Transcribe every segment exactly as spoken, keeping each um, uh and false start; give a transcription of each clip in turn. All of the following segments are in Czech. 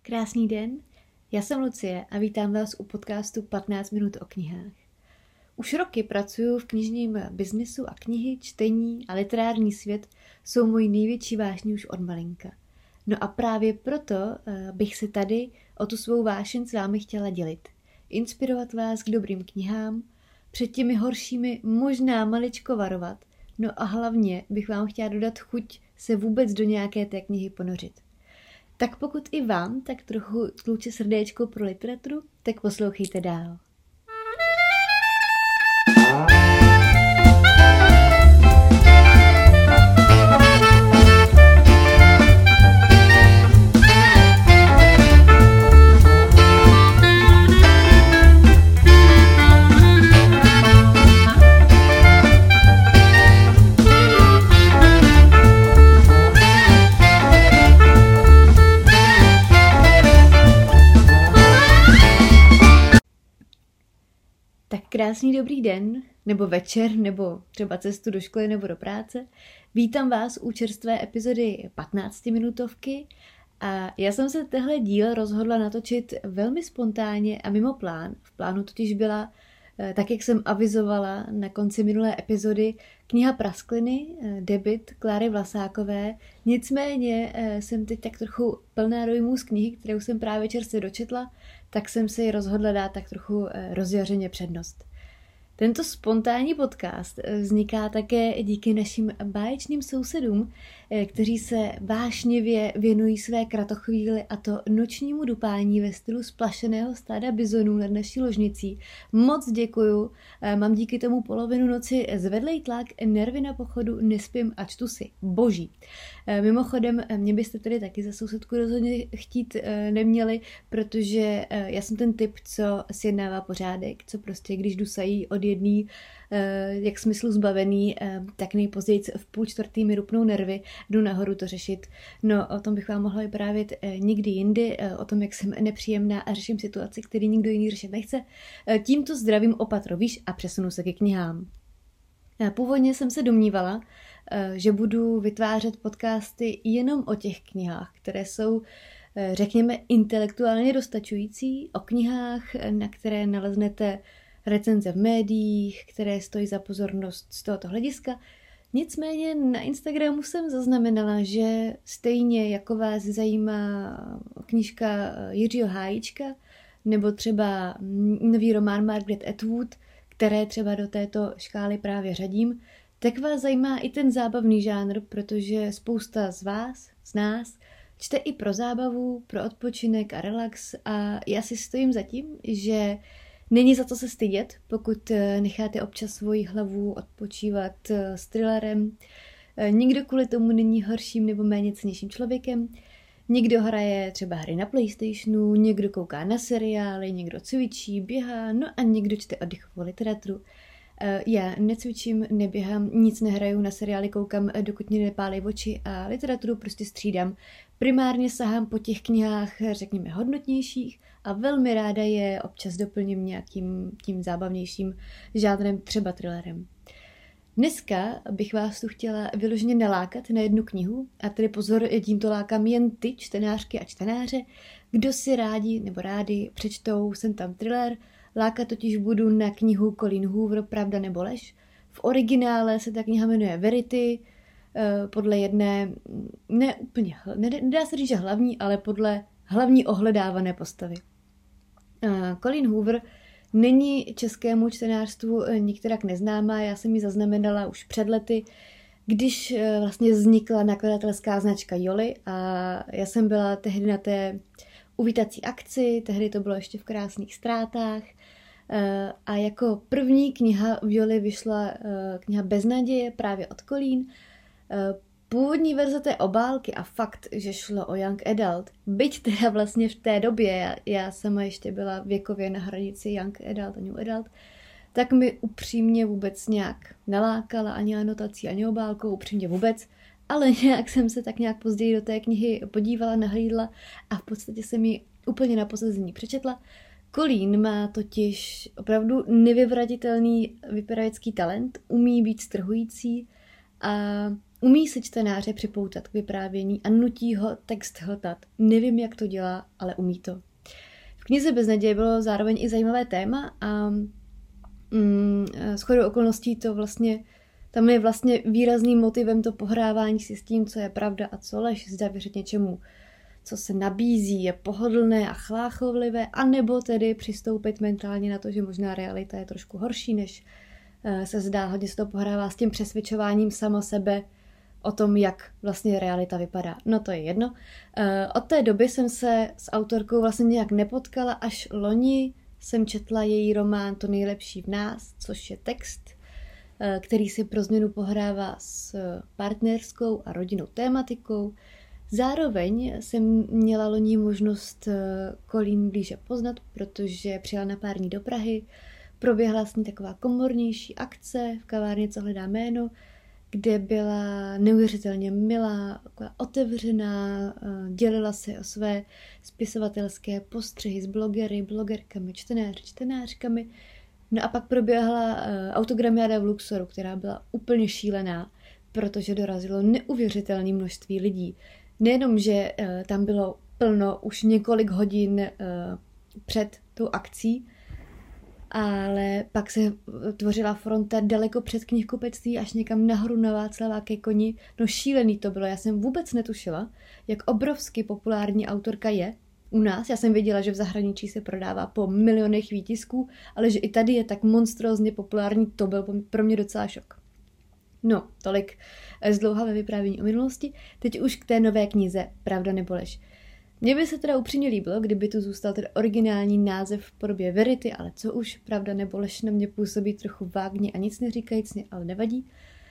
Krásný den, já jsem Lucie a vítám vás u podcastu patnáct minut o knihách. Už roky pracuji v knižním biznesu a knihy, čtení a literární svět jsou mojí největší vášní už od malinka. No a právě proto bych se tady o tu svou vášeň s vámi chtěla dělit. Inspirovat vás k dobrým knihám, před těmi horšími možná maličko varovat, no a hlavně bych vám chtěla dodat chuť se vůbec do nějaké té knihy ponořit. Tak pokud i vám tak trochu tluče srdéčko pro literaturu, tak poslouchejte dál. Tak krásný dobrý den, nebo večer, nebo třeba cestu do školy nebo do práce. Vítám vás u čerstvé epizody patnáctiminutovky a já jsem se tehle díl rozhodla natočit velmi spontánně a mimo plán. V plánu totiž byla, tak jak jsem avizovala na konci minulé epizody, kniha Praskliny, debut Kláry Vlasákové. Nicméně jsem teď tak trochu plná dojmů z knihy, kterou jsem právě čerstvě dočetla, tak jsem se ji rozhodla dát tak trochu rozjařeně přednost. Tento spontánní podcast vzniká také díky našim báječným sousedům, kteří se vášnivě věnují své kratochvíli, a to nočnímu dupání ve stylu splašeného stáda bizonů nad naší ložnicí. Moc děkuju, mám díky tomu polovinu noci zvedlej tlak, nervy na pochodu, nespím a čtu si. Boží. Mimochodem, mě byste tedy taky za sousedku rozhodně chtít neměli, protože já jsem ten typ, co sjednává pořádek, co prostě když dusají od jedný, jak smyslu zbavený, tak nejpozději v půl čtvrtý mi rupnou nervy, jdu nahoru to řešit. No, o tom bych vám mohla vyprávět nikdy jindy, o tom, jak jsem nepříjemná a řeším situaci, který nikdo jiný řešit nechce. Tímto zdravím opatro, víš, a přesunu se ke knihám. Původně jsem se domnívala, že budu vytvářet podcasty jenom o těch knihách, které jsou, řekněme, intelektuálně dostačující, o knihách, na které naleznete recenze v médiích, které stojí za pozornost z tohoto hlediska. Nicméně na Instagramu jsem zaznamenala, že stejně jako vás zajímá knížka Jiřího Hájíčka nebo třeba nový román Margaret Atwood, které třeba do této škály právě řadím, tak vás zajímá i ten zábavný žánr, protože spousta z vás, z nás, čte i pro zábavu, pro odpočinek a relax a já si stojím za tím, že není za co se stydět, pokud necháte občas svoji hlavu odpočívat s thrillerem. Nikdo kvůli tomu není horším nebo méně cennějším člověkem. Někdo hraje třeba hry na PlayStationu, někdo kouká na seriály, někdo cvičí, běhá, no a někdo čte oddechovou literaturu. Já necvičím, neběhám, nic nehraju, na seriály koukám, dokud mě nepálí oči a literaturu prostě střídám. Primárně sahám po těch knihách, řekněme, hodnotnějších a velmi ráda je občas doplním nějakým tím zábavnějším žánrem, třeba thrillerem. Dneska bych vás tu chtěla vyloženě nalákat na jednu knihu, a tedy pozor, tímto lákám jen ty čtenářky a čtenáře, kdo si rádi nebo rádi přečtou sem tam thriller. Lákat totiž budu na knihu Colleen Hoover Pravda nebo lež. V originále se ta kniha jmenuje Verity, podle jedné, ne úplně, nedá se říct, že hlavní, ale podle hlavní ohledávané postavy. Colleen Hoover není českému čtenářstvu nikterak neznámá, já jsem ji zaznamenala už před lety, když vlastně vznikla nakladatelská značka Jolly a já jsem byla tehdy na té uvítací akci, tehdy to bylo ještě v krásných ztrátách a jako první kniha v Jolly vyšla kniha Beznaděje právě od Colleen. Původní verze té obálky a fakt, že šlo o young adult, byť teda vlastně v té době, já, já sama ještě byla věkově na hranici young adult a new adult, tak mi upřímně vůbec nějak nelákala ani anotací, ani obálkou, upřímně vůbec, ale nějak jsem se tak nějak později do té knihy podívala, nahlídla a v podstatě jsem ji úplně na posezení přečetla. Colleen má totiž opravdu nevyvratitelný vypravěcký talent, umí být strhující a Umí se čtenáře připoutat k vyprávění a nutí ho text hltat. Nevím, jak to dělá, ale umí to. V knize Beznaděje bylo zároveň i zajímavé téma a mm, shodou okolností to vlastně, tam je vlastně výrazným motivem to pohrávání si s tím, co je pravda a co lež, zda věřit něčemu, co se nabízí, je pohodlné a chláchovlivé, anebo tedy přistoupit mentálně na to, že možná realita je trošku horší, než se zdá. Hodně se to pohrává s tím přesvědčováním samo sebe o tom, jak vlastně realita vypadá. No to je jedno. Od té doby jsem se s autorkou vlastně nějak nepotkala, až loni jsem četla její román To nejlepší v nás, což je text, který si pro změnu pohrává s partnerskou a rodinnou tématikou. Zároveň jsem měla loni možnost Colleen blíže poznat, protože přijela na pár dní do Prahy. Proběhla s ní taková komornější akce v kavárně Co hledá jméno, kde byla neuvěřitelně milá, otevřená, dělila se o své spisovatelské postřehy s blogery, blogerkami, čtenáři, čtenářkami. No a pak proběhla autogramiáda v Luxoru, která byla úplně šílená, protože dorazilo neuvěřitelné množství lidí. Nejenom, že tam bylo plno už několik hodin před tou akcí, ale pak se tvořila fronta daleko před knihkupectví až někam nahoru na Václava ke Koni. No šílený to bylo, já jsem vůbec netušila, jak obrovsky populární autorka je u nás. Já jsem věděla, že v zahraničí se prodává po milionech výtisků, ale že i tady je tak monstrózně populární, to byl pro mě docela šok. No, tolik zdlouhavé vyprávění o minulosti. Teď už k té nové knize Pravda nebo lež. Mně by se teda upřímně líbilo, kdyby tu zůstal ten originální název v podobě Verity, ale co už, Pravda nebo lež na mě působí trochu vágně a nic neříkajícně, ale nevadí.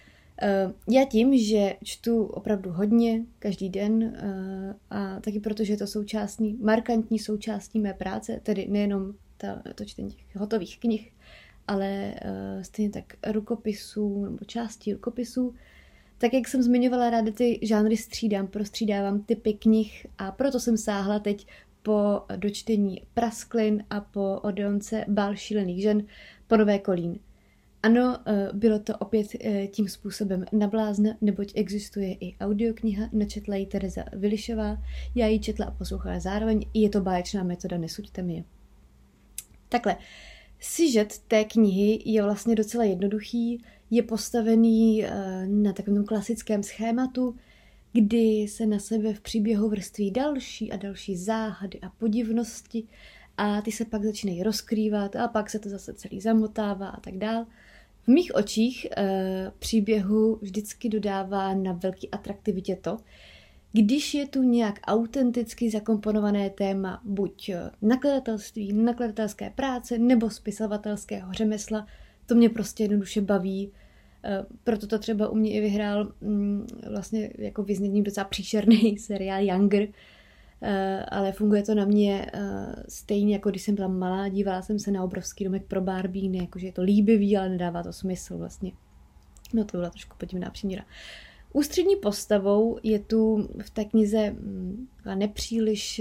Já tím, že čtu opravdu hodně, každý den, a taky protože je to součástí, markantní součástí mé práce, tedy nejenom ta, to čtení těch hotových knih, ale stejně tak rukopisů nebo částí rukopisů, tak jak jsem zmiňovala, ráda ty žánry střídám, prostřídávám typy knih a proto jsem sáhla teď po dočtení Prasklin a po Odeonce Bál šílených žen po nové Colleen. Ano, bylo to opět tím způsobem na blázna, neboť existuje i audiokniha, načetla ji Tereza Vilišová, já ji četla a poslouchala zároveň, je to báječná metoda, nesuďte mi je. Takhle, sižet té knihy je vlastně docela jednoduchý, je postavený na takovém klasickém schématu, kdy se na sebe v příběhu vrství další a další záhady a podivnosti a ty se pak začínají rozkrývat a pak se to zase celý zamotává a tak dál. V mých očích e, příběhu vždycky dodává na velký atraktivitě to, když je tu nějak autenticky zakomponované téma buď nakladatelství, nakladatelské práce nebo spisovatelského řemesla, to mě prostě jednoduše baví. Proto to třeba u mě i vyhrál vlastně jako vyzněním docela příšerný seriál Younger, ale funguje to na mě stejně, jako když jsem byla malá, dívala jsem se na Obrovský domek pro Barbíny, jakože je to líbivý, ale nedává to smysl vlastně. No to byla trošku podivná příměra. Ústřední postavou je tu v té knize nepříliš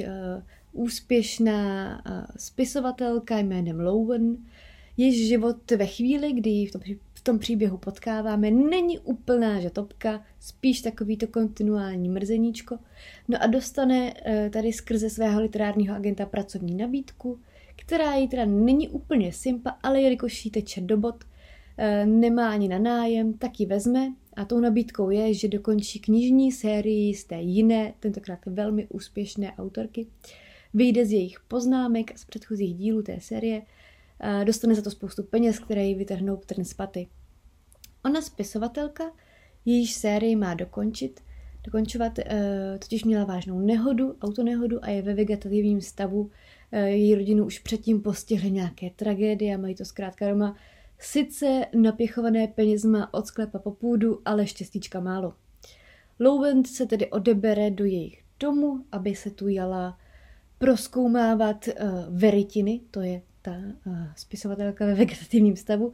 úspěšná spisovatelka jménem Lowen, jejíž život ve chvíli, kdy ji v tom, v tom příběhu potkáváme, není úplná žatobka, spíš takovýto kontinuální mrzeníčko. No a dostane tady skrze svého literárního agenta pracovní nabídku, která jí teda není úplně simpa, ale jelikož jí teče do bod, nemá ani na nájem, tak ji vezme a tou nabídkou je, že dokončí knižní sérii z té jiné, tentokrát velmi úspěšné autorky, vyjde z jejich poznámek a z předchozích dílů té série, dostane za to spoustu peněz, které jí vytrhnou trn z paty. Ona spisovatelka, jejíž sérii má dokončit, dokončovat, totiž měla vážnou nehodu, autonehodu a je ve vegetativním stavu. Její rodinu už předtím postihly nějaké tragédie a mají to zkrátka doma sice napěchované penězma od sklepa po půdu, ale štěstíčka málo. Lowen se tedy odebere do jejich domu, aby se tu jala prozkoumávat uh, veritiny, to je ta uh, spisovatelka ve vegetativním stavu, uh,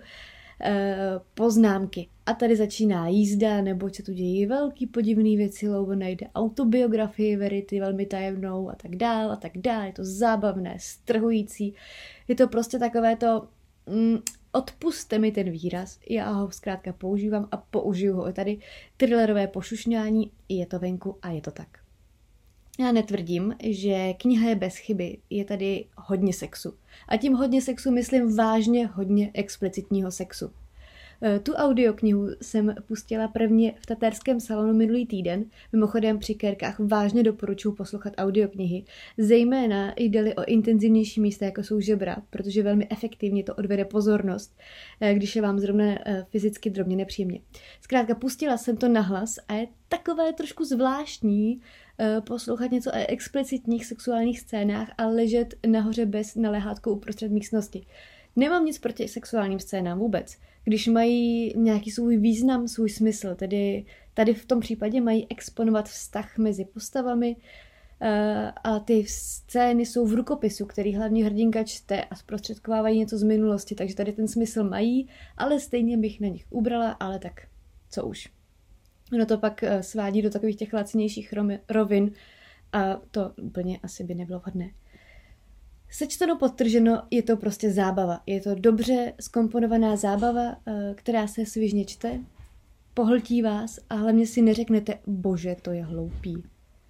poznámky. A tady začíná jízda, neboť se tu dějí velký podivný věci, Lowen najde autobiografii Verity, velmi tajemnou a tak dál a tak dál. Je to zábavné, strhující. Je to prostě takové to, mm, Odpusťte mi ten výraz, já ho zkrátka používám a použiju ho i tady. Thrillerové pošušňání, je to venku a je to tak. Já netvrdím, že kniha je bez chyby, je tady hodně sexu. A tím hodně sexu myslím vážně hodně explicitního sexu. Tu audioknihu jsem pustila prvně v taterském salonu minulý týden. Mimochodem při kérkách vážně doporučuji poslouchat audioknihy. Zejména jde-li o intenzivnější místa, jako jsou žebra, protože velmi efektivně to odvede pozornost, když je vám zrovna fyzicky drobně nepříjemně. Zkrátka pustila jsem to nahlas a je takové trošku zvláštní poslouchat něco o explicitních sexuálních scénách a ležet nahoře bez naléhátkou uprostřed místnosti. Nemám nic proti sexuálním scénám vůbec, když mají nějaký svůj význam, svůj smysl, tedy tady v tom případě mají exponovat vztah mezi postavami a ty scény jsou v rukopisu, který hlavní hrdinka čte a zprostředkovávají něco z minulosti, takže tady ten smysl mají, ale stejně bych na nich ubrala, ale tak co už. No to pak svádí do takových těch lacinějších rovin a to úplně asi by nebylo vhodné. Sečteno podtrženo, je to prostě zábava. Je to dobře zkomponovaná zábava, která se svižně čte, pohltí vás a hlavně si neřeknete, bože, to je hloupý.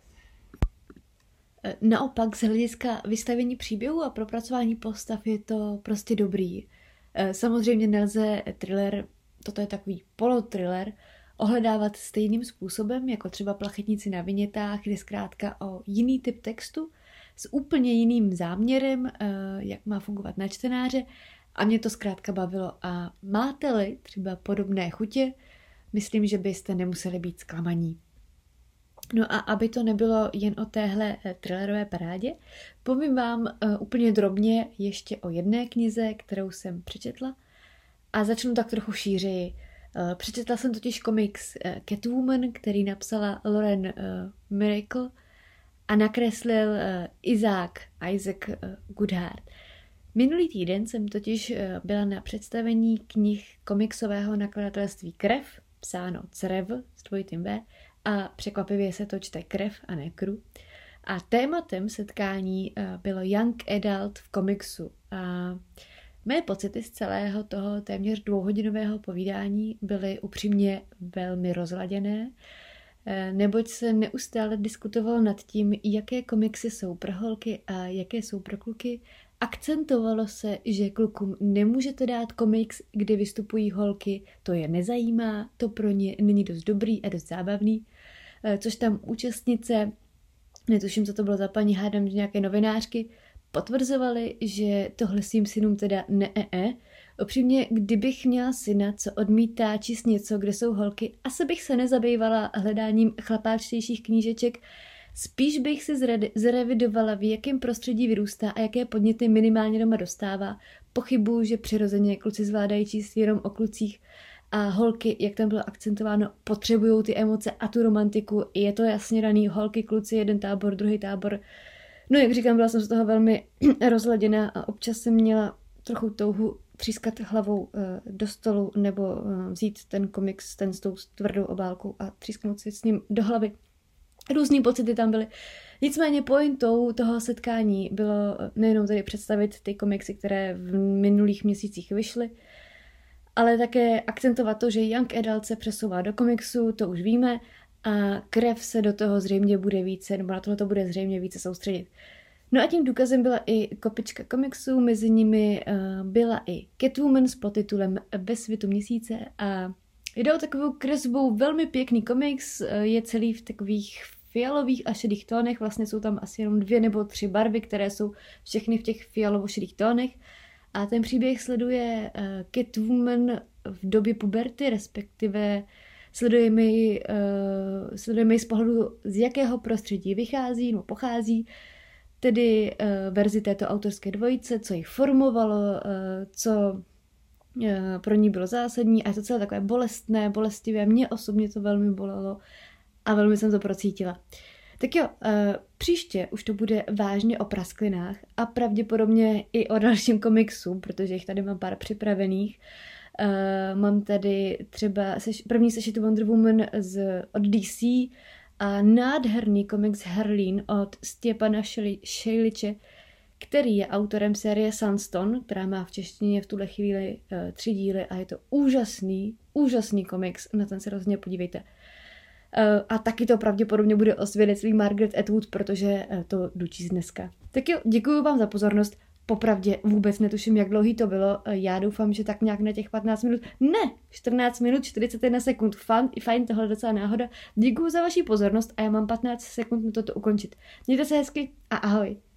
Naopak z hlediska vystavění příběhu a propracování postav je to prostě dobrý. Samozřejmě nelze thriller, toto je takový polotriller, ohledávat stejným způsobem, jako třeba Plachetníci na vinětách, kde zkrátka o jiný typ textu, s úplně jiným záměrem, jak má fungovat na čtenáře a mě to zkrátka bavilo a máte-li třeba podobné chutě, myslím, že byste nemuseli být zklamaní. No a aby to nebylo jen o téhle thrillerové parádě, povím vám úplně drobně ještě o jedné knize, kterou jsem přečetla a začnu tak trochu šířeji. Přečetla jsem totiž komiks Catwoman, který napsala Lauren Miracle, a nakreslil uh, Isaac, Isaac uh, Goodhart. Minulý týden jsem totiž uh, byla na představení knih komiksového nakladatelství Krev, psáno Crev s dvojitým V, a překvapivě se to čte Krev a ne Kru. A tématem setkání uh, bylo Young Adult v komiksu. A mé pocity z celého toho téměř dvouhodinového povídání byly upřímně velmi rozladěné, neboť se neustále diskutovalo nad tím, jaké komiksy jsou pro holky a jaké jsou pro kluky. Akcentovalo se, že klukům nemůžete dát komiks, kde vystupují holky, to je nezajímá, to pro ně není dost dobrý a dost zábavný, což tam účastnice, netuším, co to bylo za paní, hádám, že nějaké novinářky, potvrzovali, že tohle svým synům teda ne, ne, ne. Upřímně, kdybych měla syna, co odmítá číst něco, kde jsou holky, asi bych se nezabývala hledáním chlapáčtějších knížeček, spíš bych si zre- zrevidovala, v jakém prostředí vyrůstá a jaké podněty minimálně doma dostává. Pochybuju, že přirozeně kluci zvládají číst jenom o klucích a holky, jak tam bylo akcentováno, potřebují ty emoce a tu romantiku. Je to jasně daný, holky, kluci, jeden tábor, druhý tábor. No jak říkám, byla jsem z toho velmi rozladěná a občas jsem měla trochu touhu třískat hlavou do stolu nebo vzít ten komiks, ten s tou tvrdou obálkou a třísknout si s ním do hlavy. Různý pocity tam byly. Nicméně pointou toho setkání bylo nejenom tedy představit ty komiksy, které v minulých měsících vyšly, ale také akcentovat to, že Young Adult se přesouvá do komiksu, to už víme, a Krev se do toho zřejmě bude více, nebo na tohle to bude zřejmě více soustředit. No a tím důkazem byla i kopička komiksů, mezi nimi uh, byla i Catwoman s podtitulem Ve světu měsíce a jde o takovou kresbou velmi pěkný komiks, uh, je celý v takových fialových a šedých tónech, vlastně jsou tam asi jenom dvě nebo tři barvy, které jsou všechny v těch fialovo-šedých tónech a ten příběh sleduje uh, Catwoman v době puberty, respektive sledujeme ji, uh, sledujeme ji z pohledu, z jakého prostředí vychází nebo pochází, tedy uh, verzi této autorské dvojice, co ji formovalo, uh, co uh, pro ní bylo zásadní a je to celé takové bolestné, bolestivé. Mě osobně to velmi bolelo a velmi jsem to procítila. Tak jo, uh, příště už to bude vážně o prasklinách a pravděpodobně i o dalším komiksu, protože jich tady mám pár připravených. Uh, mám tady třeba seš, první sešit Wonder Woman z, od D C a nádherný komiks Herlín od Stěpana Šejliče, který je autorem série Sunstone, která má v češtině v tuhle chvíli uh, tři díly a je to úžasný, úžasný komiks, na ten se rozhodně podívejte. Uh, a taky to pravděpodobně bude o svědectví Margaret Atwood, protože uh, to jdu číst dneska. Tak jo, děkuji vám za pozornost. Popravdě vůbec netuším, jak dlouhý to bylo. Já doufám, že tak nějak na těch patnáct minut. Ne, čtrnáct minut, čtyřicet jedna sekund. Fajn, fajn, tohle je docela náhoda. Děkuji za vaši pozornost a já mám patnáct sekund na toto ukončit. Mějte se hezky a ahoj.